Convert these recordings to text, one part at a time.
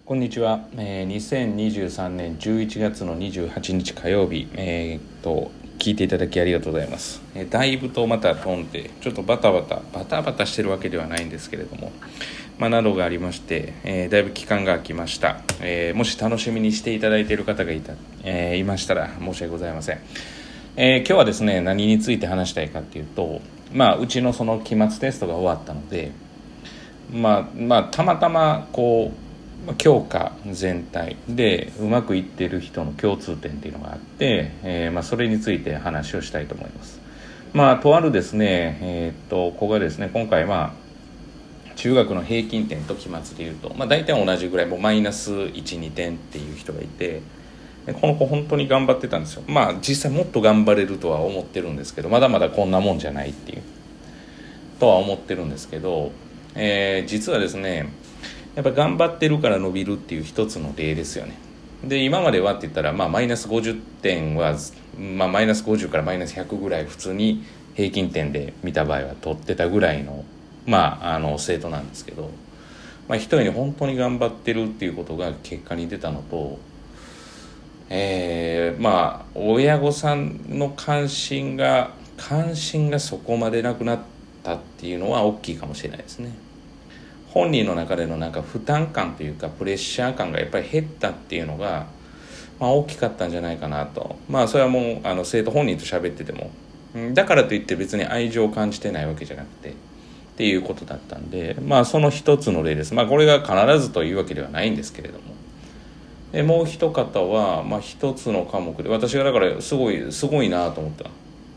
こんにちは、2023年11月の28日火曜日、聞いていただきありがとうございます。だいぶとまた飛んでちょっとバタバタしてるわけではないんですけれども、などがありまして、だいぶ期間が空きました。もし楽しみにしていただいている方がいましたら申し訳ございません。今日はですね、何について話したいかっていうと、うちのその期末テストが終わったので、たまたまこう教科全体でうまくいっている人の共通点っていうのがあって、それについて話をしたいと思います。とあるですね、ここがですね、今回中学の平均点と期末でいうと、大体同じぐらい、もうマイナス1、2点っていう人がいて、この子本当に頑張ってたんですよ。実際もっと頑張れるとは思ってるんですけど、まだまだこんなもんじゃないっていうとは思ってるんですけど、実はですね、やっぱ頑張ってるから伸びるっていう一つの例ですよね。で、今まではって言ったら、マイナス50点は、マイナス50からマイナス100ぐらい普通に平均点で見た場合は取ってたぐらいの生徒なんですけど、一人に本当に頑張ってるっていうことが結果に出たのと、親御さんの関心がそこまでなくなったっていうのは大きいかもしれないですね。本人の中での負担感というかプレッシャー感がやっぱり減ったっていうのが、大きかったんじゃないかなと。それはもう生徒本人と喋ってても、だからといって別に愛情を感じてないわけじゃなくてっていうことだったんで、その一つの例です。これが必ずというわけではないんですけれども、でもう一方は一つの科目で、私がだからすごいなと思った。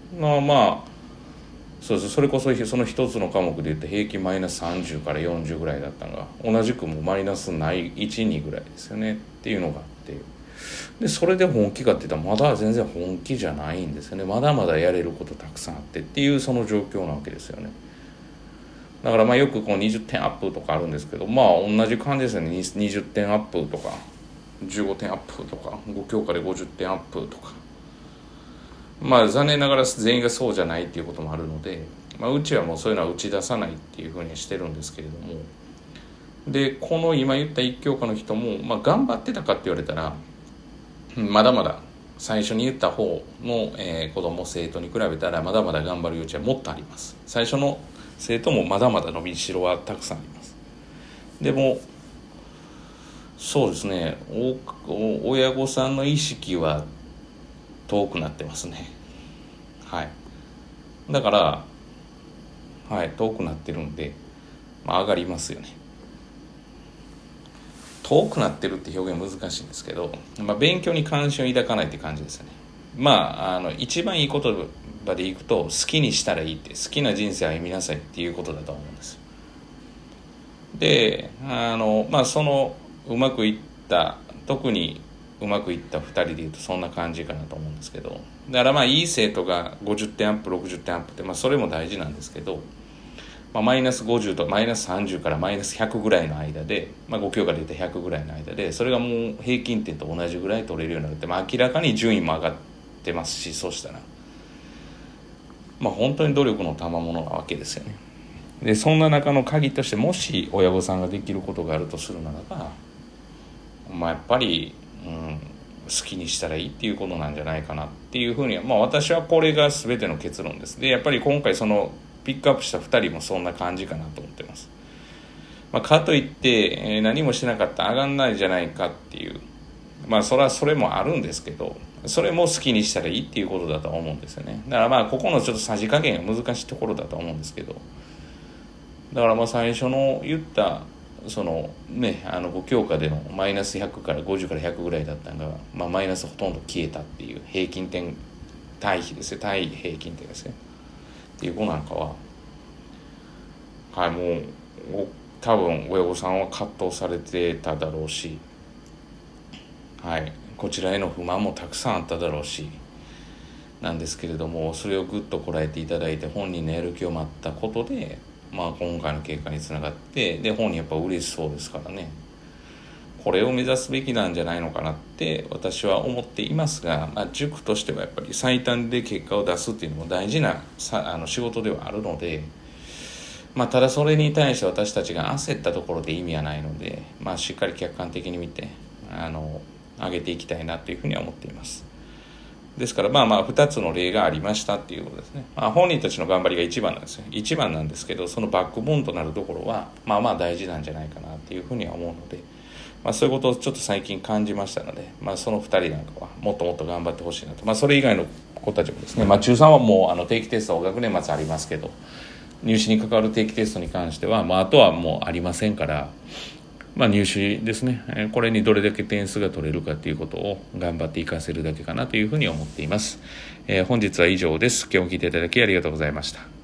そうです。それこそその一つの科目で言って平均マイナス30から40ぐらいだったのが、同じくもうマイナスない1、2ぐらいですよねっていうのがあって、でそれで本気かって言ったらまだ全然本気じゃないんですよね。まだまだやれることたくさんあってっていうその状況なわけですよね。だからよくこう20点アップとかあるんですけど、同じ感じですよね。20点アップとか15点アップとか5教科で50点アップとか、残念ながら全員がそうじゃないっていうこともあるので、うちはもうそういうのは打ち出さないっていうふうにしてるんですけれども、でこの今言った一教科の人も、頑張ってたかって言われたらまだまだ最初に言った方の、子供生徒に比べたらまだまだ頑張る余地はもっとあります。最初の生徒もまだまだ伸びしろはたくさんあります。でもそうですね、親御さんの意識は遠くなってますね。だから遠くなってるんで、上がりますよね。遠くなってるって表現難しいんですけど、勉強に関心を抱かないって感じですよね。一番いい言葉でいくと、好きにしたらいいって、好きな人生を歩みなさいっていうことだと思うんですよ。でそのうまくいった特にうまくいった2人でいうとそんな感じかなと思うんですけど、だからいい生徒が50点アップ60点アップって、それも大事なんですけど、マイナス50とマイナス30からマイナス100ぐらいの間で、5教科でいうと100ぐらいの間で、それがもう平均点と同じぐらい取れるようになるって、明らかに順位も上がってますし、そうしたら本当に努力の賜物なわけですよね。でそんな中の鍵として、もし親御さんができることがあるとするならば、やっぱり、好きにしたらいいっていうことなんじゃないかなっていうふうに、私はこれが全ての結論です。でやっぱり今回そのピックアップした2人もそんな感じかなと思ってます。かといって、何もしなかったら上がんないじゃないかっていう、それもあるんですけど、それも好きにしたらいいっていうことだと思うんですよね。だからここのちょっとさじ加減が難しいところだと思うんですけど、だから最初の言ったそのね、5教科でのマイナス100から50から100ぐらいだったのが、マイナスほとんど消えたっていう平均点対比ですよ。対平均点ですよっていう子なんかは、もう多分親御さんは葛藤されてただろうし、こちらへの不満もたくさんあっただろうしなんですけれども、それをぐっとこらえていただいて本人のやる気を待ったことで、今回の結果につながって、で本人やっぱ嬉しそうですからね。これを目指すべきなんじゃないのかなって私は思っていますが、塾としてはやっぱり最短で結果を出すっていうのも大事な仕事ではあるので、 ただそれに対して私たちが焦ったところで意味はないので、しっかり客観的に見て上げていきたいなというふうには思っています。ですから2つの例がありましたっていうことですね。本人たちの頑張りが一番なんですよ。一番なんですけど、そのバックボーンとなるところは大事なんじゃないかなっていうふうには思うので、そういうことをちょっと最近感じましたので、その2人なんかはもっともっと頑張ってほしいなと。それ以外の子たちもですね、中3はもう定期テスト学年末ありますけど、入試に関わる定期テストに関しては、あとはもうありませんから、入試ですね、これにどれだけ点数が取れるかということを頑張って活かせるだけかなというふうに思っています。本日は以上です。今日も聞いていただきありがとうございました。